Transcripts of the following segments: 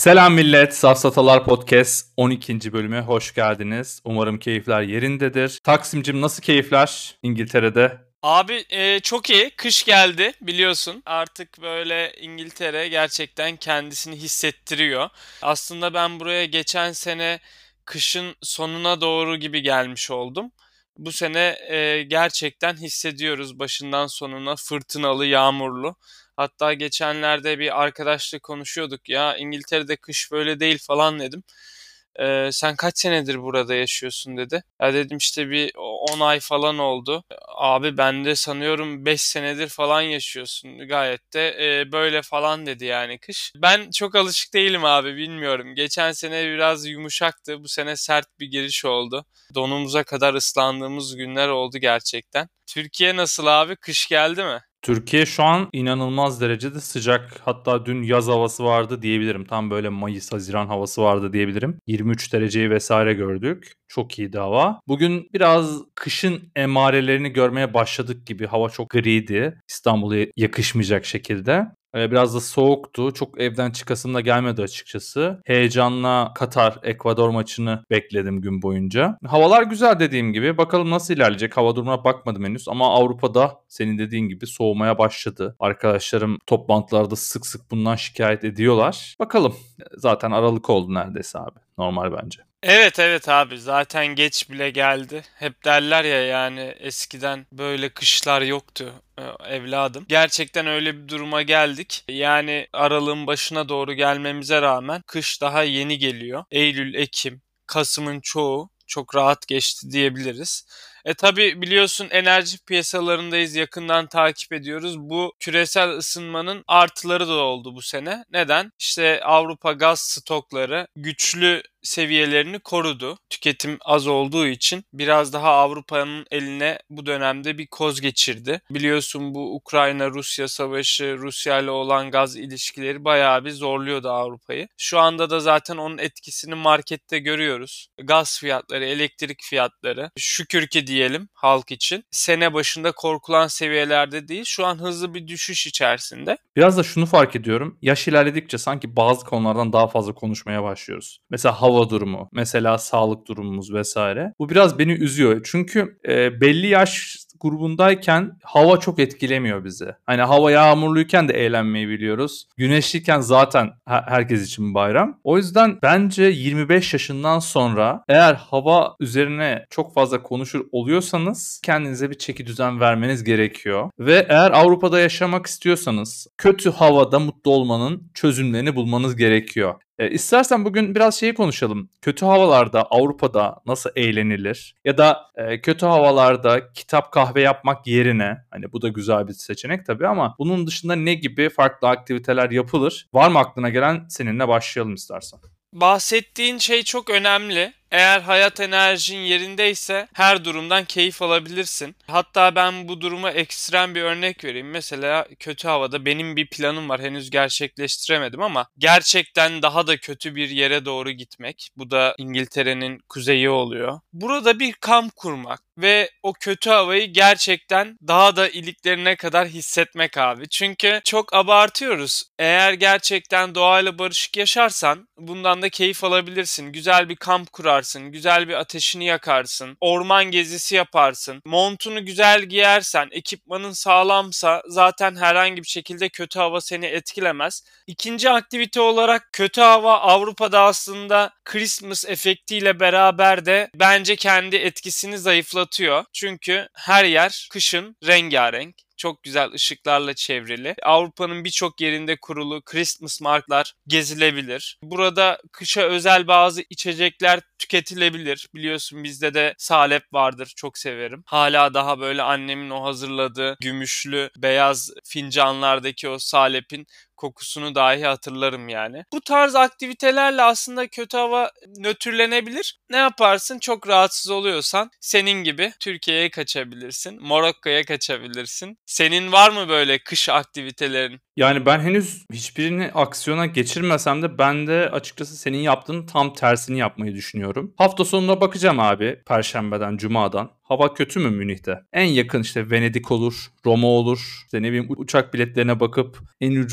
Selam millet, Safsatalar Podcast 12. bölüme hoş geldiniz. Umarım keyifler yerindedir. Taksimcim nasıl keyifler İngiltere'de? Abi çok iyi. Kış geldi biliyorsun. Artık böyle İngiltere gerçekten kendisini hissettiriyor. Aslında ben buraya geçen sene kışın sonuna doğru gibi gelmiş oldum. Bu sene gerçekten hissediyoruz başından sonuna fırtınalı, yağmurlu. Hatta geçenlerde bir arkadaşla konuşuyorduk ya İngiltere'de kış böyle değil falan dedim. Sen kaç senedir burada yaşıyorsun dedi. Ya dedim işte bir 10 ay falan oldu. Abi ben de sanıyorum 5 senedir falan yaşıyorsun. Gayet de böyle falan dedi yani kış. Ben çok alışık değilim abi bilmiyorum. Geçen sene biraz yumuşaktı. Bu sene sert bir giriş oldu. Donumuza kadar ıslandığımız günler oldu gerçekten. Türkiye nasıl abi? Kış geldi mi? Türkiye şu an inanılmaz derecede sıcak. Hatta dün yaz havası vardı diyebilirim. Tam böyle Mayıs-Haziran havası vardı diyebilirim. 23 dereceyi vesaire gördük. Çok iyiydi hava. Bugün biraz kışın emarelerini görmeye başladık gibi. Hava çok griydi. İstanbul'a yakışmayacak şekilde. Biraz da soğuktu. Çok evden çıkasım da gelmedi açıkçası. Heyecanla Katar, Ekvador maçını bekledim gün boyunca. Havalar güzel dediğim gibi. Bakalım nasıl ilerleyecek. Hava durumuna bakmadım henüz ama Avrupa'da senin dediğin gibi soğumaya başladı. Arkadaşlarım toplantılarda sık sık bundan şikayet ediyorlar. Bakalım. Zaten Aralık oldu neredeyse abi. Normal bence. Evet evet abi zaten geç bile geldi. Hep derler ya yani eskiden böyle kışlar yoktu evladım. Gerçekten öyle bir duruma geldik. Yani aralığın başına doğru gelmemize rağmen kış daha yeni geliyor. Eylül, Ekim, Kasım'ın çoğu çok rahat geçti diyebiliriz. Tabi biliyorsun enerji piyasalarındayız, yakından takip ediyoruz. Bu küresel ısınmanın artıları da oldu bu sene. Neden? İşte Avrupa gaz stokları güçlü seviyelerini korudu. Tüketim az olduğu için biraz daha Avrupa'nın eline bu dönemde bir koz geçirdi. Biliyorsun bu Ukrayna-Rusya savaşı, Rusya ile olan gaz ilişkileri bayağı bir zorluyordu Avrupa'yı. Şu anda da zaten onun etkisini markette görüyoruz. Gaz fiyatları, elektrik fiyatları şükür ki diyelim halk için sene başında korkulan seviyelerde değil. Şu an hızlı bir düşüş içerisinde. Biraz da şunu fark ediyorum. Yaş ilerledikçe sanki bazı konulardan daha fazla konuşmaya başlıyoruz. Mesela hava durumu, mesela sağlık durumumuz vesaire. Bu biraz beni üzüyor. Çünkü belli yaş grubundayken hava çok etkilemiyor bizi. Hani hava yağmurluyken de eğlenmeyi biliyoruz. Güneşliyken zaten herkes için bayram. O yüzden bence 25 yaşından sonra eğer hava üzerine çok fazla konuşur oluyorsanız kendinize bir çeki düzen vermeniz gerekiyor. Ve eğer Avrupa'da yaşamak istiyorsanız kötü havada mutlu olmanın çözümlerini bulmanız gerekiyor. İstersen bugün biraz şeyi konuşalım. Kötü havalarda Avrupa'da nasıl eğlenilir? Ya da kötü havalarda kitap kahve yapmak yerine, hani bu da güzel bir seçenek tabii ama bunun dışında ne gibi farklı aktiviteler yapılır? Var mı aklına gelen? Seninle başlayalım istersen. Bahsettiğin şey çok önemli. Eğer hayat enerjin yerindeyse her durumdan keyif alabilirsin. Hatta ben bu duruma ekstrem bir örnek vereyim. Mesela kötü havada benim bir planım var. Henüz gerçekleştiremedim ama gerçekten daha da kötü bir yere doğru gitmek. Bu da İngiltere'nin kuzeyi oluyor. Burada bir kamp kurmak ve o kötü havayı gerçekten daha da iliklerine kadar hissetmek abi. Çünkü çok abartıyoruz. Eğer gerçekten doğayla barışık yaşarsan bundan da keyif alabilirsin. Güzel bir kamp kurarsın, güzel bir ateşini yakarsın, orman gezisi yaparsın. Montunu güzel giyersen, ekipmanın sağlamsa zaten herhangi bir şekilde kötü hava seni etkilemez. İkinci aktivite olarak kötü hava Avrupa'da aslında Christmas efektiyle beraber de bence kendi etkisini zayıflatıyor. Çünkü her yer kışın rengarenk. Çok güzel ışıklarla çevrili. Avrupa'nın birçok yerinde kurulu Christmas marketlar gezilebilir. Burada kışa özel bazı içecekler tüketilebilir. Biliyorsun bizde de salep vardır. Çok severim. Hala daha böyle annemin o hazırladığı gümüşlü beyaz fincanlardaki o salepin kokusunu dahi hatırlarım yani. Bu tarz aktivitelerle aslında kötü hava nötrlenebilir. Ne yaparsın? Çok rahatsız oluyorsan senin gibi Türkiye'ye kaçabilirsin. Morokko'ya kaçabilirsin. Senin var mı böyle kış aktivitelerin? Yani ben henüz hiçbirini aksiyona geçirmesem de ben de açıkçası senin yaptığın tam tersini yapmayı düşünüyorum. Hafta sonuna bakacağım abi, Perşembeden, Cuma'dan. Hava kötü mü Münih'te? En yakın işte Venedik olur, Roma olur. İşte ne bileyim uçak biletlerine bakıp en ucuz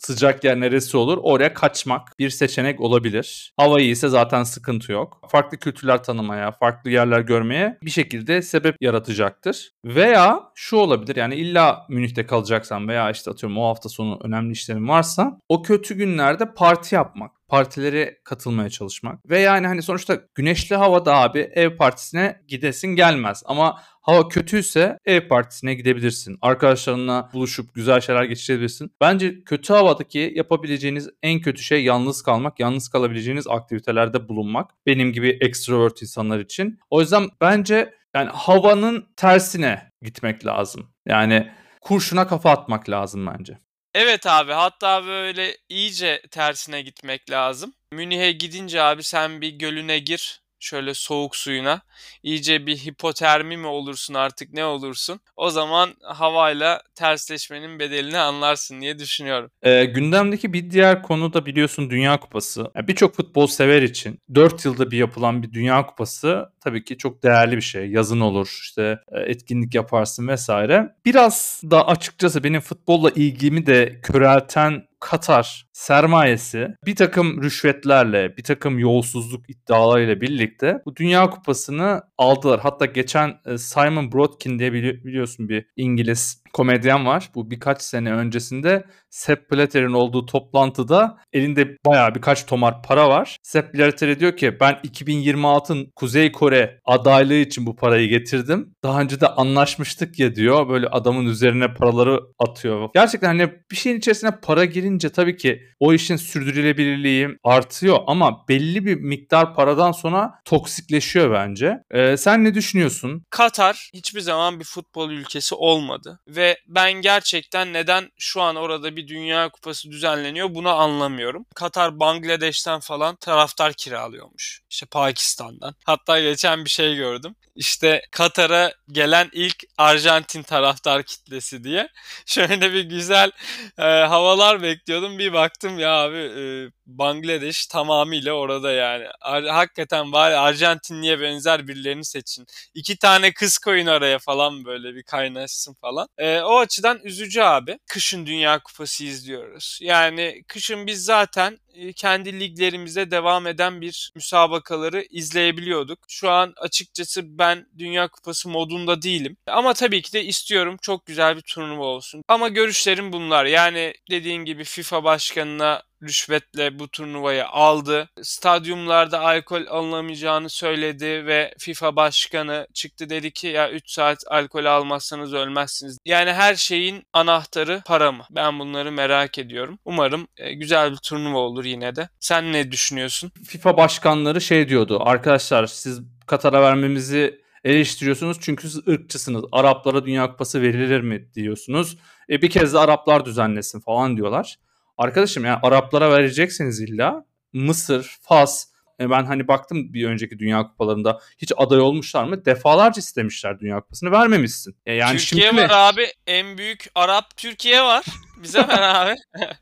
sıcak yer neresi olur? Oraya kaçmak bir seçenek olabilir. Hava iyi ise zaten sıkıntı yok. Farklı kültürler tanımaya, farklı yerler görmeye bir şekilde sebep yaratacaktır. Veya şu olabilir, yani illa Münih'te kalacaksan veya işte atıyorum o hafta sonu önemli işlerin varsa o kötü günlerde parti yapmak. Partilere katılmaya çalışmak. Ve yani hani sonuçta güneşli havada abi ev partisine gidesin gelmez. Ama hava kötüyse ev partisine gidebilirsin. Arkadaşlarınla buluşup güzel şeyler geçirebilirsin. Bence kötü havadaki yapabileceğiniz en kötü şey yalnız kalmak. Yalnız kalabileceğiniz aktivitelerde bulunmak. Benim gibi extrovert insanlar için. O yüzden bence yani havanın tersine gitmek lazım. Yani kurşuna kafa atmak lazım bence. Evet abi, hatta böyle iyice tersine gitmek lazım. Münih'e gidince abi sen bir gölüne gir. Şöyle soğuk suyuna. İyice bir hipotermi mi olursun artık, ne olursun. O zaman havayla tersleşmenin bedelini anlarsın diye düşünüyorum. Gündemdeki bir diğer konu da biliyorsun Dünya Kupası. Yani birçok futbol sever için 4 yılda bir yapılan bir Dünya Kupası tabii ki çok değerli bir şey. Yazın olur, işte etkinlik yaparsın vesaire. Biraz da açıkçası benim futbolla ilgimi de körelten Katar sermayesi bir takım rüşvetlerle, bir takım yolsuzluk iddialarıyla birlikte bu Dünya Kupası'nı aldılar. Hatta geçen Simon Brodkin diye biliyorsun bir İngiliz komedyen var. Bu birkaç sene öncesinde Sepp Blatter'in olduğu toplantıda elinde bayağı birkaç tomar para var. Sepp Blatter'e diyor ki ben 2026'ın Kuzey Kore adaylığı için bu parayı getirdim. Daha önce de anlaşmıştık ya diyor. Böyle adamın üzerine paraları atıyor. Gerçekten hani bir şeyin içerisine para girince tabii ki o işin sürdürülebilirliği artıyor ama belli bir miktar paradan sonra toksikleşiyor bence. Sen ne düşünüyorsun? Katar hiçbir zaman bir futbol ülkesi olmadı ve ben gerçekten neden şu an orada bir Dünya Kupası düzenleniyor bunu anlamıyorum. Katar Bangladeş'ten falan taraftar kiralıyormuş. İşte Pakistan'dan. Hatta geçen bir şey gördüm. İşte Katar'a gelen ilk Arjantin taraftar kitlesi diye. Şöyle bir güzel havalar bekliyordum. Bir baktım ya abi, Bangladeş tamamıyla orada yani. Hakikaten bari Arjantinli'ye benzer birilerini seçin. 2 tane kız koyun araya falan, böyle bir kaynaşsın falan. O açıdan üzücü abi. Kışın Dünya Kupası izliyoruz. Yani kışın biz zaten kendi liglerimizde devam eden bir müsabakaları izleyebiliyorduk. Şu an açıkçası ben Dünya Kupası modunda değilim. Ama tabii ki de istiyorum çok güzel bir turnuva olsun. Ama görüşlerim bunlar. Yani dediğin gibi FIFA başkanına rüşvetle bu turnuvayı aldı. Stadyumlarda alkol alınamayacağını söyledi ve FIFA başkanı çıktı, dedi ki ya 3 saat alkol almazsanız ölmezsiniz. Yani her şeyin anahtarı para mı? Ben bunları merak ediyorum. Umarım güzel bir turnuva olur yine de. Sen ne düşünüyorsun? FIFA başkanları şey diyordu. Arkadaşlar siz Katar'a vermemizi eleştiriyorsunuz çünkü siz ırkçısınız. Araplara Dünya Kupası verilir mi diyorsunuz. Bir kez de Araplar düzenlesin falan diyorlar. Arkadaşım yani Araplara verecekseniz illa Mısır, Fas, ben hani baktım bir önceki Dünya Kupalarında hiç aday olmuşlar mı? Defalarca istemişler Dünya Kupası'nı, vermemişsin. Yani şimdi Türkiye var mi? abi. En büyük Arap Türkiye var. Bize ver abi.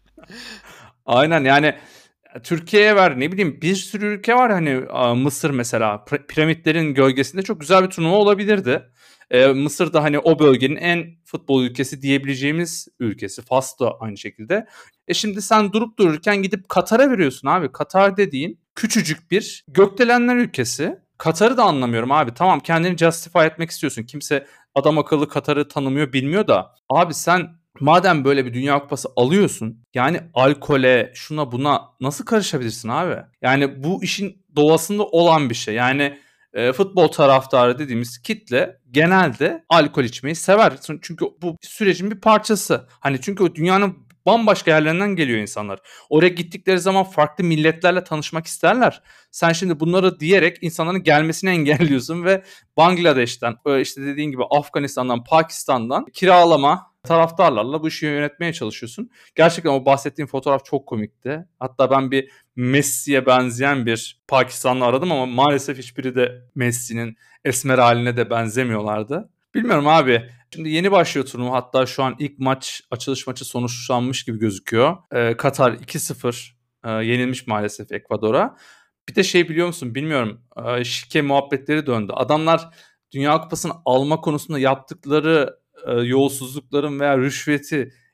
Aynen yani Türkiye'ye ver, ne bileyim bir sürü ülke var hani Mısır mesela piramitlerin gölgesinde çok güzel bir turnuva olabilirdi. Mısır da hani o bölgenin en futbol ülkesi diyebileceğimiz ülkesi. Fas da aynı şekilde. Şimdi sen durup dururken gidip Katar'a veriyorsun abi. Katar dediğin küçücük bir gökdelenler ülkesi. Katar'ı da anlamıyorum abi. Tamam kendini justify etmek istiyorsun. Kimse adam akıllı Katar'ı tanımıyor bilmiyor da. Abi sen madem böyle bir Dünya Kupası alıyorsun, yani alkole, şuna buna nasıl karışabilirsin abi? Yani bu işin doğasında olan bir şey. Yani futbol taraftarı dediğimiz kitle genelde alkol içmeyi sever. Çünkü bu sürecin bir parçası. Hani çünkü o dünyanın bambaşka yerlerinden geliyor insanlar. Oraya gittikleri zaman farklı milletlerle tanışmak isterler. Sen şimdi bunları diyerek insanların gelmesini engelliyorsun ve Bangladeş'ten, işte dediğin gibi Afganistan'dan, Pakistan'dan kiralama taraftarlarla bu işi yönetmeye çalışıyorsun. Gerçekten o bahsettiğim fotoğraf çok komikti. Hatta ben bir Messi'ye benzeyen bir Pakistanlı aradım ama maalesef hiçbiri de Messi'nin esmer haline de benzemiyorlardı. Bilmiyorum abi. Şimdi yeni başlıyor turnuva. Hatta şu an ilk maç, açılış maçı sonuçlanmış gibi gözüküyor. Katar 2-0 yenilmiş maalesef Ekvador'a. Bir de şey biliyor musun bilmiyorum. Şike muhabbetleri döndü. Adamlar Dünya Kupası'nı alma konusunda yaptıkları yolsuzlukların veya rüşveti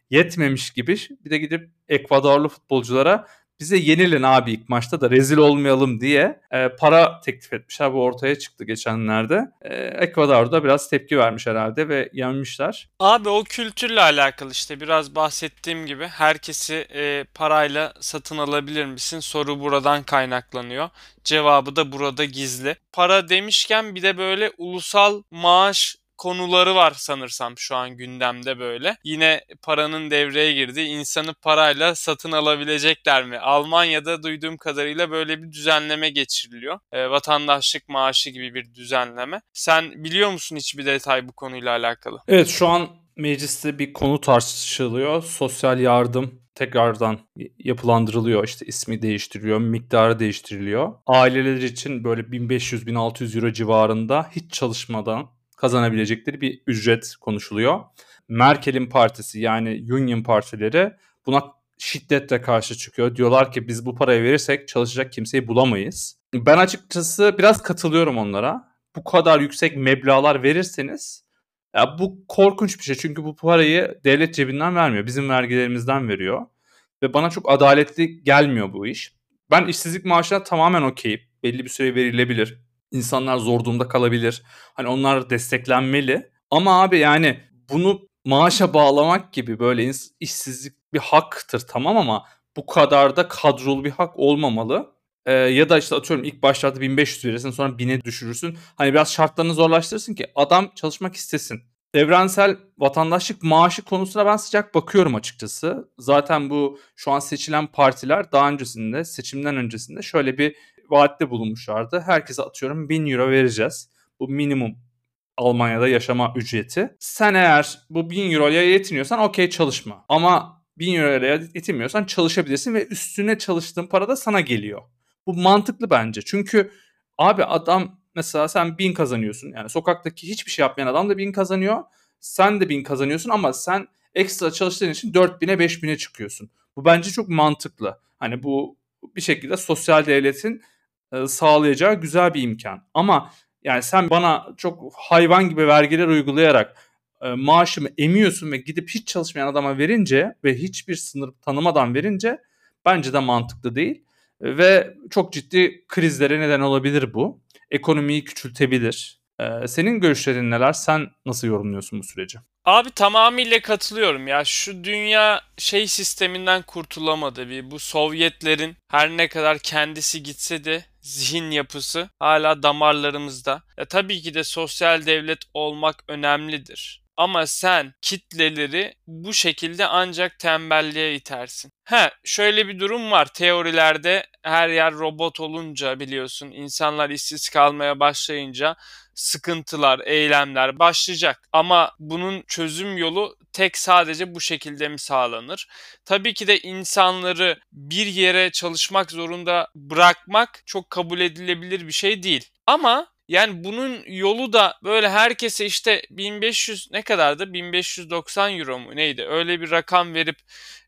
Yetmemiş gibi bir de gidip Ekvadorlu futbolculara bize yenilin abi ilk maçta da rezil olmayalım diye para teklif etmişler. Bu ortaya çıktı geçenlerde. Ekvador'da biraz tepki vermiş herhalde ve yenmişler. Abi o kültürle alakalı işte biraz bahsettiğim gibi herkesi parayla satın alabilir misin? Soru buradan kaynaklanıyor. Cevabı da burada gizli. Para demişken bir de böyle ulusal maaş konuları var sanırsam şu an gündemde böyle. Yine paranın devreye girdiği, insanı parayla satın alabilecekler mi? Almanya'da duyduğum kadarıyla böyle bir düzenleme geçiriliyor. Vatandaşlık maaşı gibi bir düzenleme. Sen biliyor musun hiçbir detay bu konuyla alakalı? Evet, şu an mecliste bir konu tartışılıyor. Sosyal yardım tekrardan yapılandırılıyor. İşte ismi değiştiriliyor, miktarı değiştiriliyor. Aileler için böyle 1500-1600 euro civarında hiç çalışmadan kazanabilecekleri bir ücret konuşuluyor. Merkel'in partisi yani Union partileri buna şiddetle karşı çıkıyor. Diyorlar ki biz bu parayı verirsek çalışacak kimseyi bulamayız. Ben açıkçası biraz katılıyorum onlara. Bu kadar yüksek meblağlar verirseniz ya bu korkunç bir şey çünkü bu parayı devlet cebinden vermiyor. Bizim vergilerimizden veriyor. Ve bana çok adaletli gelmiyor bu iş. Ben işsizlik maaşına tamamen okeyim. Belli bir süre verilebilir. İnsanlar zor durumda kalabilir. Hani onlar desteklenmeli. Ama abi yani bunu maaşa bağlamak gibi böyle işsizlik bir haktır tamam ama bu kadar da kadrolu bir hak olmamalı. Ya da işte atıyorum ilk başlarda 1500 verirsin sonra 1000'e düşürürsün. Hani biraz şartlarını zorlaştırırsın ki adam çalışmak istesin. Evrensel vatandaşlık maaşı konusuna ben sıcak bakıyorum açıkçası. Zaten bu şu an seçilen partiler daha öncesinde seçimden öncesinde şöyle bir vaatte bulunmuşlardı. Herkese atıyorum 1000 euro vereceğiz. Bu minimum Almanya'da yaşama ücreti. Sen eğer bu 1000 euroya yetiniyorsan okey çalışma. Ama 1000 euroya yetinmiyorsan çalışabilirsin ve üstüne çalıştığın para da sana geliyor. Bu mantıklı bence. Çünkü abi adam mesela sen 1000 kazanıyorsun. Yani sokaktaki hiçbir şey yapmayan adam da 1000 kazanıyor. Sen de 1000 kazanıyorsun ama sen ekstra çalıştığın için 4000'e 5000'e çıkıyorsun. Bu bence çok mantıklı. Hani bu bir şekilde sosyal devletin sağlayacağı güzel bir imkan. Ama yani sen bana çok hayvan gibi vergiler uygulayarak maaşımı emiyorsun ve gidip hiç çalışmayan adama verince ve hiçbir sınır tanımadan verince bence de mantıklı değil. Ve çok ciddi krizlere neden olabilir bu. Ekonomiyi küçültebilir. Senin görüşlerin neler? Sen nasıl yorumluyorsun bu süreci? Abi tamamıyla katılıyorum ya. Şu dünya şey sisteminden kurtulamadı. Bu Sovyetlerin her ne kadar kendisi gitse de zihin yapısı hala damarlarımızda. Tabii ki de sosyal devlet olmak önemlidir. Ama sen kitleleri bu şekilde ancak tembelliğe itersin. Şöyle bir durum var. Teorilerde her yer robot olunca biliyorsun insanlar işsiz kalmaya başlayınca sıkıntılar, eylemler başlayacak. Ama bunun çözüm yolu tek sadece bu şekilde mi sağlanır? Tabii ki de insanları bir yere çalışmak zorunda bırakmak çok kabul edilebilir bir şey değil. Ama yani bunun yolu da böyle herkese işte 1500 ne kadardı? 1590 euro mu neydi? Öyle bir rakam verip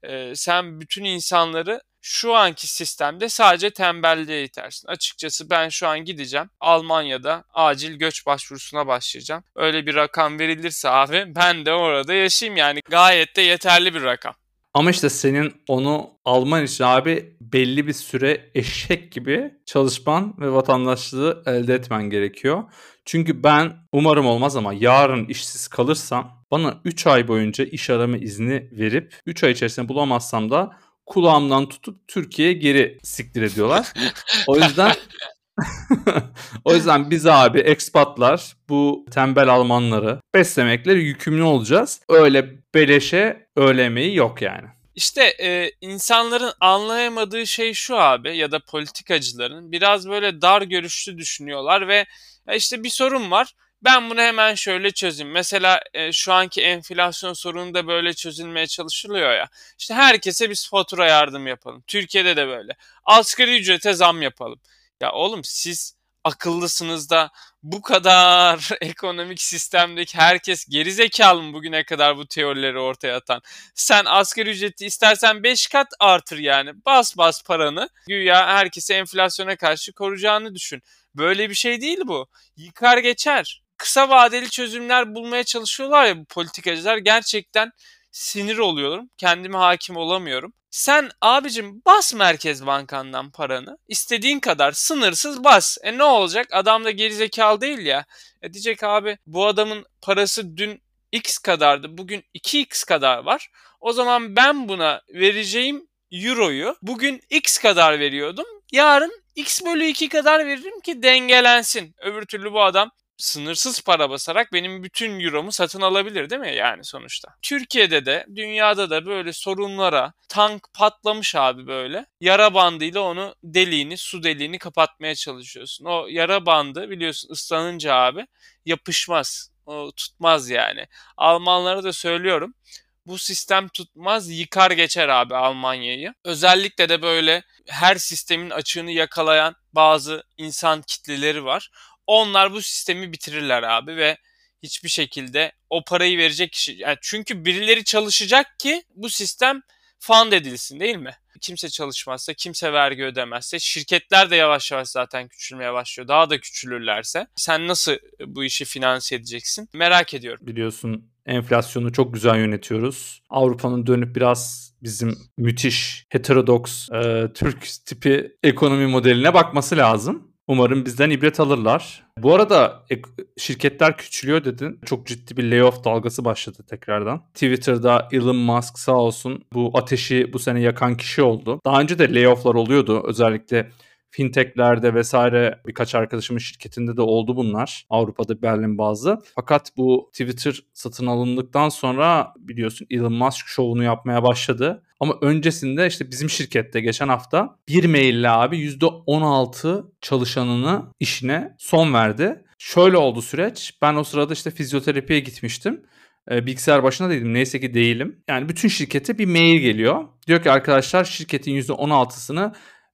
sen bütün insanları şu anki sistemde sadece tembelliğe itersin. Açıkçası ben şu an gideceğim. Almanya'da acil göç başvurusuna başlayacağım. Öyle bir rakam verilirse abi ben de orada yaşayayım yani gayet de yeterli bir rakam. Ama işte senin onu alman için abi belli bir süre eşek gibi çalışman ve vatandaşlığı elde etmen gerekiyor. Çünkü ben umarım olmaz ama yarın işsiz kalırsam bana 3 ay boyunca iş arama izni verip 3 ay içerisinde bulamazsam da kulağımdan tutup Türkiye'ye geri siktir ediyorlar. O yüzden o yüzden biz abi ekspatlar bu tembel Almanları beslemekle yükümlü olacağız. Öyle beleşe öğle yemeği yok yani. İşte insanların anlayamadığı şey şu abi ya da politikacıların biraz böyle dar görüşlü düşünüyorlar ve işte bir sorun var. Ben bunu hemen şöyle çözeyim. Mesela şu anki enflasyon sorunu da böyle çözülmeye çalışılıyor ya. İşte herkese biz fatura yardım yapalım. Türkiye'de de böyle. Asgari ücrete zam yapalım. Ya oğlum siz akıllısınız da bu kadar ekonomik sistemdeki herkes geri zekalı mı bugüne kadar bu teorileri ortaya atan? Sen asgari ücreti istersen 5 kat artır yani. Bas bas paranı. Güya herkesi enflasyona karşı koruyacağını düşün. Böyle bir şey değil bu. Yıkar geçer. Kısa vadeli çözümler bulmaya çalışıyorlar ya bu politikacılar. Gerçekten sinir oluyorum. Kendime hakim olamıyorum. Sen abicim bas Merkez Bankan'dan paranı. İstediğin kadar sınırsız bas. Ne olacak? Adam da gerizekalı değil ya. Diyecek abi bu adamın parası dün X kadardı. Bugün 2X kadar var. O zaman ben buna vereceğim euroyu bugün X kadar veriyordum. Yarın X bölü 2 kadar veririm ki dengelensin. Öbür türlü bu adam sınırsız para basarak benim bütün euromu satın alabilir değil mi yani sonuçta? Türkiye'de de dünyada da böyle sorunlara tank patlamış abi böyle. Yara bandıyla onu deliğini, su deliğini kapatmaya çalışıyorsun. O yara bandı biliyorsun ıslanınca abi yapışmaz. O tutmaz yani. Almanlara da söylüyorum. Bu sistem tutmaz, yıkar geçer abi Almanya'yı. Özellikle de böyle her sistemin açığını yakalayan bazı insan kitleleri var. Onlar bu sistemi bitirirler abi ve hiçbir şekilde o parayı verecek kişi... Yani çünkü birileri çalışacak ki bu sistem fund edilsin değil mi? Kimse çalışmazsa, kimse vergi ödemezse, şirketler de yavaş yavaş zaten küçülmeye başlıyor. Daha da küçülürlerse sen nasıl bu işi finanse edeceksin? Merak ediyorum. Biliyorsun enflasyonu çok güzel yönetiyoruz. Avrupa'nın dönüp biraz bizim müthiş heterodoks Türk tipi ekonomi modeline bakması lazım. Umarım bizden ibret alırlar. Bu arada şirketler küçülüyor dedin. Çok ciddi bir layoff dalgası başladı tekrardan. Twitter'da Elon Musk sağ olsun bu ateşi bu sene yakan kişi oldu. Daha önce de layoff'lar oluyordu. Özellikle fintechlerde vesaire birkaç arkadaşımın şirketinde de oldu bunlar. Avrupa'da Berlin bazlı. Fakat bu Twitter satın alındıktan sonra biliyorsun Elon Musk şovunu yapmaya başladı. Ama öncesinde işte bizim şirkette geçen hafta bir maille abi %16 çalışanını işine son verdi. Şöyle oldu süreç. Ben o sırada işte fizyoterapiye gitmiştim. Bilgisayar başına değildim. Neyse ki değilim. Yani bütün şirkete bir mail geliyor. Diyor ki arkadaşlar şirketin %16'sını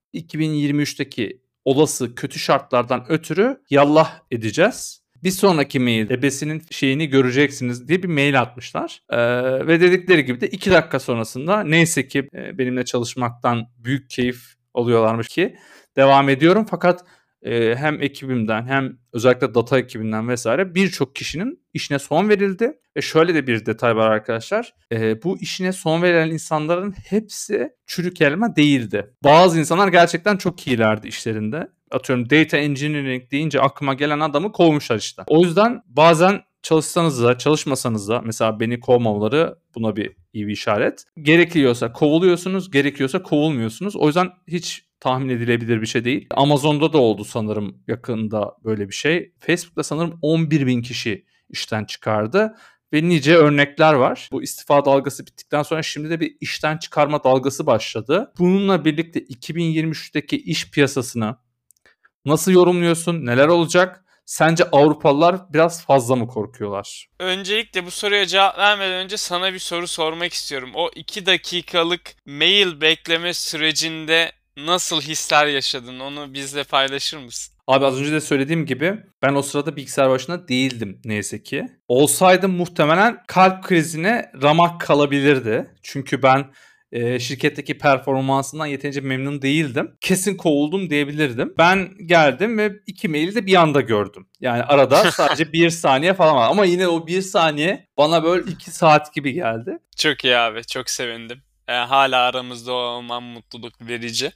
2023'teki olası kötü şartlardan ötürü yallah edeceğiz. Bir sonraki mail ebesinin şeyini göreceksiniz diye bir mail atmışlar. Ve dedikleri gibi de 2 dakika sonrasında neyse ki benimle çalışmaktan büyük keyif alıyorlarmış ki devam ediyorum. Fakat hem ekibimden hem özellikle data ekibinden vesaire birçok kişinin işine son verildi. Ve şöyle de bir detay var arkadaşlar. Bu işine son verilen insanların hepsi çürük elma değildi. Bazı insanlar gerçekten çok iyilerdi işlerinde. Atıyorum data engineering deyince aklıma gelen adamı kovmuşlar işte. O yüzden bazen çalışsanız da çalışmasanız da mesela beni kovmamaları buna iyi bir işaret. Gerekiyorsa kovuluyorsunuz, gerekiyorsa kovulmuyorsunuz. O yüzden hiç tahmin edilebilir bir şey değil. Amazon'da da oldu sanırım yakında böyle bir şey. Facebook'ta sanırım 11.000 kişi işten çıkardı. Ve nice örnekler var. Bu istifa dalgası bittikten sonra şimdi de bir işten çıkarma dalgası başladı. Bununla birlikte 2023'teki iş piyasasını nasıl yorumluyorsun? Neler olacak? Sence Avrupalılar biraz fazla mı korkuyorlar? Öncelikle bu soruya cevap vermeden önce sana bir soru sormak istiyorum. O 2 dakikalık mail bekleme sürecinde nasıl hisler yaşadın? Onu bizle paylaşır mısın? Abi az önce de söylediğim gibi ben o sırada bilgisayar başında değildim neyse ki. Olsaydım muhtemelen kalp krizine ramak kalabilirdi. Çünkü ben şirketteki performansından yeterince memnun değildim. Kesin kovuldum diyebilirdim. Ben geldim ve 2 maili de bir anda gördüm. Yani arada sadece 1 saniye falan var. Ama yine o 1 saniye bana böyle 2 saat gibi geldi. Çok iyi abi, çok sevindim. Hala aramızda olman mutluluk verici.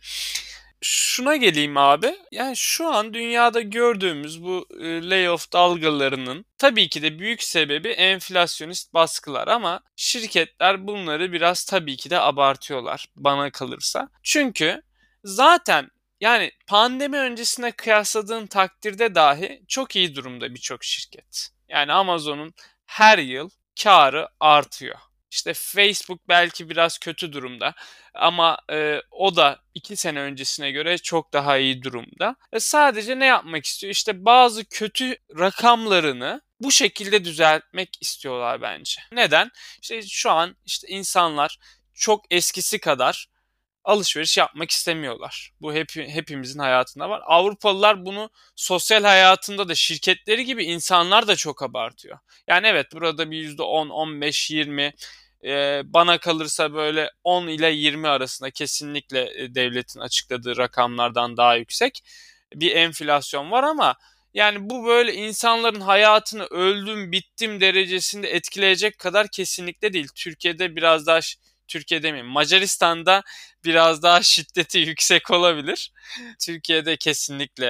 Şuna geleyim abi. Yani şu an dünyada gördüğümüz bu layoff dalgalarının tabii ki de büyük sebebi enflasyonist baskılar ama şirketler bunları biraz tabii ki de abartıyorlar bana kalırsa. Çünkü zaten yani pandemi öncesine kıyasladığın takdirde dahi çok iyi durumda birçok şirket. Yani Amazon'un her yıl karı artıyor. İşte Facebook belki biraz kötü durumda ama o da 2 sene öncesine göre çok daha iyi durumda. Sadece ne yapmak istiyor? İşte bazı kötü rakamlarını bu şekilde düzeltmek istiyorlar bence. Neden? İşte şu an işte insanlar çok eskisi kadar alışveriş yapmak istemiyorlar. Bu hepimizin hayatında var. Avrupalılar bunu sosyal hayatında da şirketleri gibi insanlar da çok abartıyor. Yani evet burada bir %10, 15, 20 bana kalırsa böyle 10 ile 20 arasında kesinlikle devletin açıkladığı rakamlardan daha yüksek bir enflasyon var ama Yani bu böyle insanların hayatını öldüm bittim derecesinde etkileyecek kadar kesinlikle değil. Türkiye'de biraz daha Türkiye demeyeyim, Macaristan'da biraz daha şiddeti yüksek olabilir. Türkiye'de kesinlikle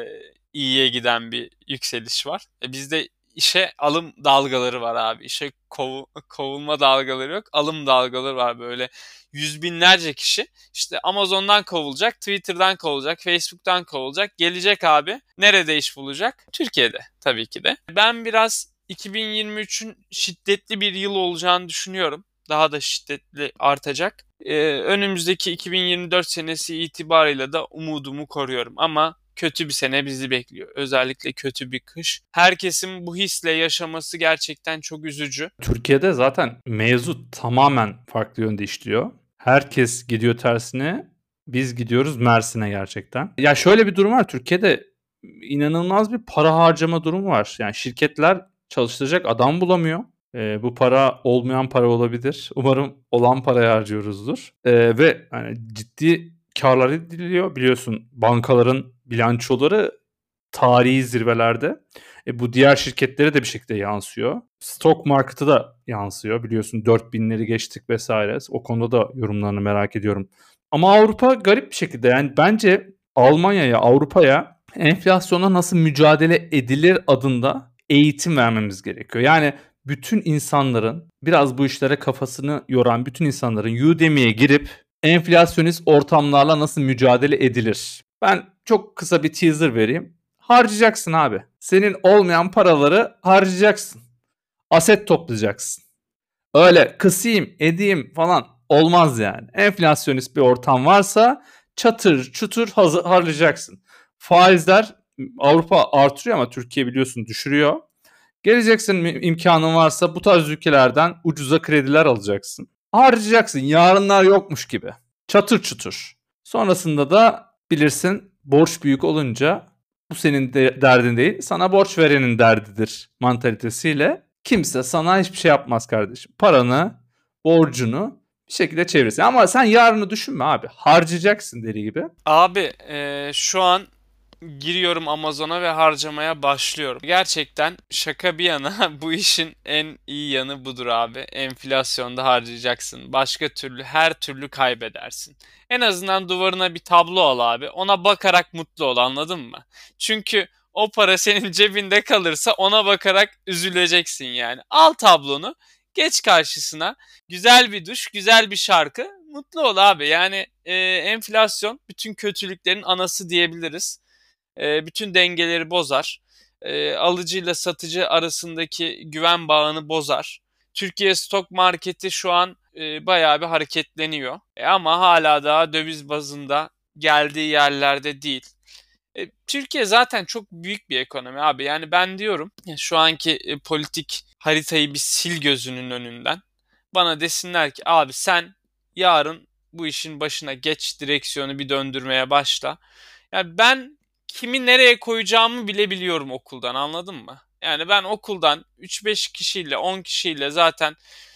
iyiye giden bir yükseliş var. Bizde işe alım dalgaları var abi. İşe kovulma dalgaları yok. Alım dalgaları var böyle. Yüz binlerce kişi işte Amazon'dan kovulacak, Twitter'dan kovulacak, Facebook'tan kovulacak. Gelecek abi. Nerede iş bulacak? Türkiye'de tabii ki de. Ben biraz 2023'ün şiddetli bir yıl olacağını düşünüyorum. Daha da şiddetli artacak. Önümüzdeki 2024 senesi itibarıyla da umudumu koruyorum. Ama kötü bir sene bizi bekliyor. Özellikle kötü bir kış. Herkesin bu hisle yaşaması gerçekten çok üzücü. Türkiye'de zaten mevzu tamamen farklı yönde işliyor. Herkes gidiyor tersine, biz gidiyoruz Mersin'e gerçekten. Ya şöyle bir durum var, Türkiye'de inanılmaz bir para harcama durumu var. Yani şirketler çalıştıracak adam bulamıyor. Bu para olmayan para olabilir. Umarım olan parayı harcıyoruzdur. Ve hani ciddi karlar ediliyor. Biliyorsun bankaların bilançoları tarihi zirvelerde. Bu diğer şirketlere de bir şekilde yansıyor. Stock market'a da yansıyor. Biliyorsun 4000'leri geçtik vesaire. O konuda da yorumlarını merak ediyorum. Ama Avrupa garip bir şekilde, yani bence Almanya'ya, Avrupa'ya enflasyona nasıl mücadele edilir adında eğitim vermemiz gerekiyor. Yani bütün insanların, biraz bu işlere kafasını yoran bütün insanların Udemy'ye girip enflasyonist ortamlarla nasıl mücadele edilir? Ben çok kısa bir teaser vereyim. Harcayacaksın abi. Senin olmayan paraları harcayacaksın. Aset toplayacaksın. Öyle kısayım, edeyim falan olmaz yani. Enflasyonist bir ortam varsa çatır çutur harcayacaksın. Faizler Avrupa artırıyor ama Türkiye biliyorsun düşürüyor. Geleceksin, imkanın varsa bu tarz ülkelerden ucuza krediler alacaksın. Harcayacaksın yarınlar yokmuş gibi. Çatır çutur. Sonrasında da bilirsin, borç büyük olunca bu senin derdin değil, sana borç verenin derdidir mantalitesiyle kimse sana hiçbir şey yapmaz kardeşim. Paranı, borcunu bir şekilde çevirsin. Ama sen yarını düşünme abi. Harcayacaksın deli gibi. Abi şu an giriyorum Amazon'a ve harcamaya başlıyorum. Gerçekten şaka bir yana bu işin en iyi yanı budur abi. Enflasyonda harcayacaksın. Başka türlü her türlü kaybedersin. En azından duvarına bir tablo al abi. Ona bakarak mutlu ol, anladın mı? Çünkü o para senin cebinde kalırsa ona bakarak üzüleceksin yani. Al tablonu, geç karşısına. Güzel bir duş, güzel bir şarkı. Mutlu ol abi. Yani enflasyon bütün kötülüklerin anası diyebiliriz. Bütün dengeleri bozar. Alıcıyla satıcı arasındaki güven bağını bozar. Türkiye stok marketi şu an bayağı bir hareketleniyor. Ama hala daha döviz bazında geldiği yerlerde değil. Türkiye zaten çok büyük bir ekonomi abi. Yani ben diyorum şu anki politik haritayı bir sil gözünün önünden. Bana desinler ki abi sen yarın bu işin başına geç, direksiyonu bir döndürmeye başla. Yani ben kimi nereye koyacağımı bile biliyorum okuldan, anladın mı? Yani ben okuldan 3-5 kişiyle 10 kişiyle zaten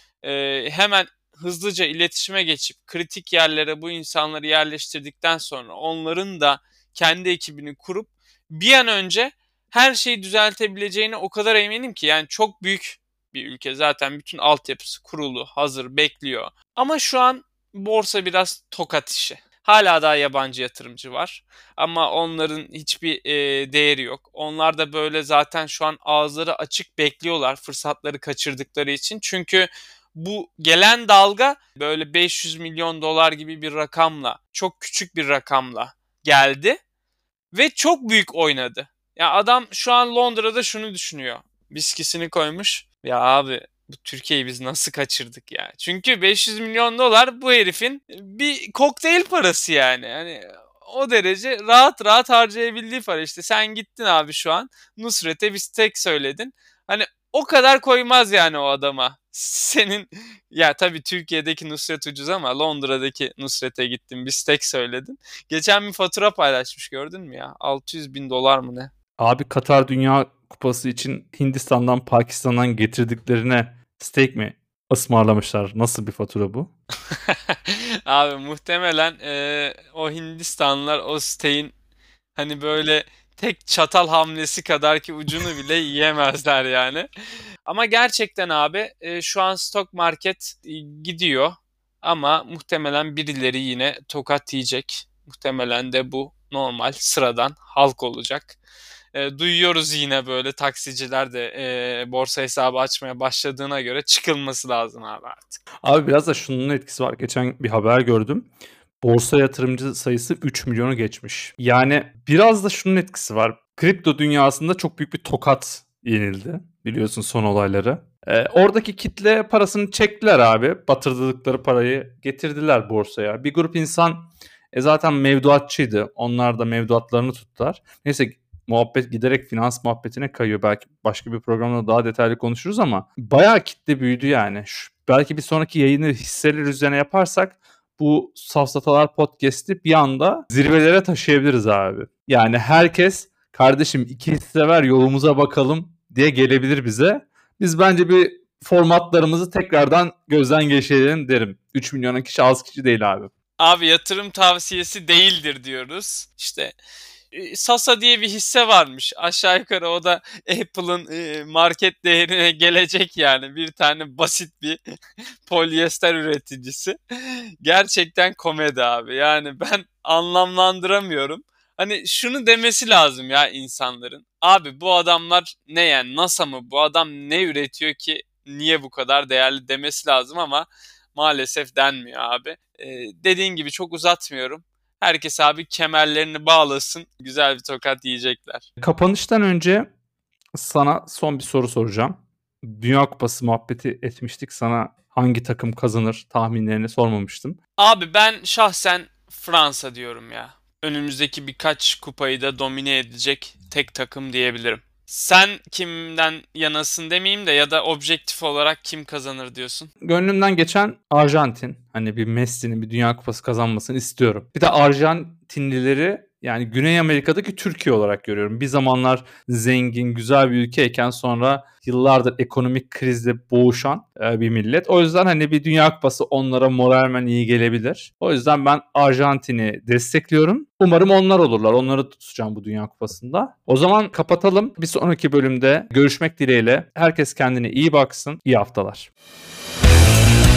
hemen hızlıca iletişime geçip kritik yerlere bu insanları yerleştirdikten sonra onların da kendi ekibini kurup bir an önce her şeyi düzeltebileceğine o kadar eminim ki. Yani çok büyük bir ülke, zaten bütün altyapısı kurulu, hazır, bekliyor. Ama şu an borsa biraz tokat işi. Hala daha yabancı yatırımcı var ama onların hiçbir değeri yok. Onlar da böyle zaten şu an ağızları açık bekliyorlar fırsatları kaçırdıkları için. Çünkü bu gelen dalga böyle 500 milyon dolar gibi bir rakamla, çok küçük bir rakamla geldi ve çok büyük oynadı. Ya adam şu an Londra'da şunu düşünüyor. Viskisini koymuş. Ya abi bu Türkiye'yi biz nasıl kaçırdık ya? Çünkü 500 milyon dolar bu herifin bir kokteyl parası yani. Hani o derece rahat rahat harcayabildiği para. İşte sen gittin abi şu an Nusret'e bir steak söyledin. Hani o kadar koymaz yani o adama. Senin ya tabii Türkiye'deki Nusret ucuz ama Londra'daki Nusret'e gittin bir steak söyledin. Geçen bir fatura paylaşmış, gördün mü ya? 600 bin dolar mı ne? Abi Katar Dünya Kupası için Hindistan'dan, Pakistan'dan getirdiklerine steak mi ısmarlamışlar? Nasıl bir fatura bu? Abi muhtemelen o Hindistanlılar o steak'in hani böyle tek çatal hamlesi kadar ki ucunu bile yiyemezler yani. Ama gerçekten abi şu an stock market gidiyor ama muhtemelen birileri yine tokat yiyecek. Muhtemelen de bu normal sıradan halk olacak. Duyuyoruz yine böyle taksiciler de borsa hesabı açmaya başladığına göre çıkılması lazım abi artık. Abi biraz da şunun etkisi var. Geçen bir haber gördüm. Borsa yatırımcı sayısı 3 milyonu geçmiş. Yani biraz da şunun etkisi var. Kripto dünyasında çok büyük bir tokat yenildi. Biliyorsun son olayları. Oradaki kitle parasını çektiler abi. Batırdıkları parayı getirdiler borsaya. Bir grup insan zaten mevduatçıydı. Onlar da mevduatlarını tuttular. Neyse muhabbet giderek finans muhabbetine kayıyor. Belki başka bir programda daha detaylı konuşuruz ama bayağı kitle büyüdü yani. Belki bir sonraki yayını hisseler üzerine yaparsak bu Safsatalar Podcast'i bir anda zirvelere taşıyabiliriz abi. Yani herkes kardeşim 2 hisse ver yolumuza bakalım diye gelebilir bize. Biz bence bir formatlarımızı tekrardan gözden geçirelim derim. 3 milyona kişi az kişi değil abi. Abi yatırım tavsiyesi değildir diyoruz. İşte Sasa diye bir hisse varmış. Aşağı yukarı o da Apple'ın market değerine gelecek yani. Bir tane basit bir polyester üreticisi. Gerçekten komedi abi. Yani ben anlamlandıramıyorum. Hani şunu demesi lazım ya insanların. Abi bu adamlar ne yani NASA mı? Bu adam ne üretiyor ki niye bu kadar değerli demesi lazım ama maalesef denmiyor abi. Dediğin gibi çok uzatmıyorum. Herkes abi kemerlerini bağlasın. Güzel bir tokat yiyecekler. Kapanıştan önce sana son bir soru soracağım. Dünya Kupası muhabbeti etmiştik. Sana hangi takım kazanır tahminlerini sormamıştım. Abi ben şahsen Fransa diyorum ya. Önümüzdeki birkaç kupayı da domine edecek tek takım diyebilirim. Sen kimden yanasın demeyeyim de ya da objektif olarak kim kazanır diyorsun? Gönlümden geçen Arjantin. Hani bir Messi'nin bir Dünya Kupası kazanmasını istiyorum. Bir de Arjantinlileri yani Güney Amerika'daki Türkiye olarak görüyorum. Bir zamanlar zengin, güzel bir ülkeyken sonra yıllardır ekonomik krizle boğuşan bir millet. O yüzden hani bir Dünya Kupası onlara moralmen iyi gelebilir. O yüzden ben Arjantin'i destekliyorum. Umarım onlar olurlar. Onları tutacağım bu Dünya Kupası'nda. O zaman kapatalım. Bir sonraki bölümde görüşmek dileğiyle. Herkes kendine iyi baksın. İyi haftalar.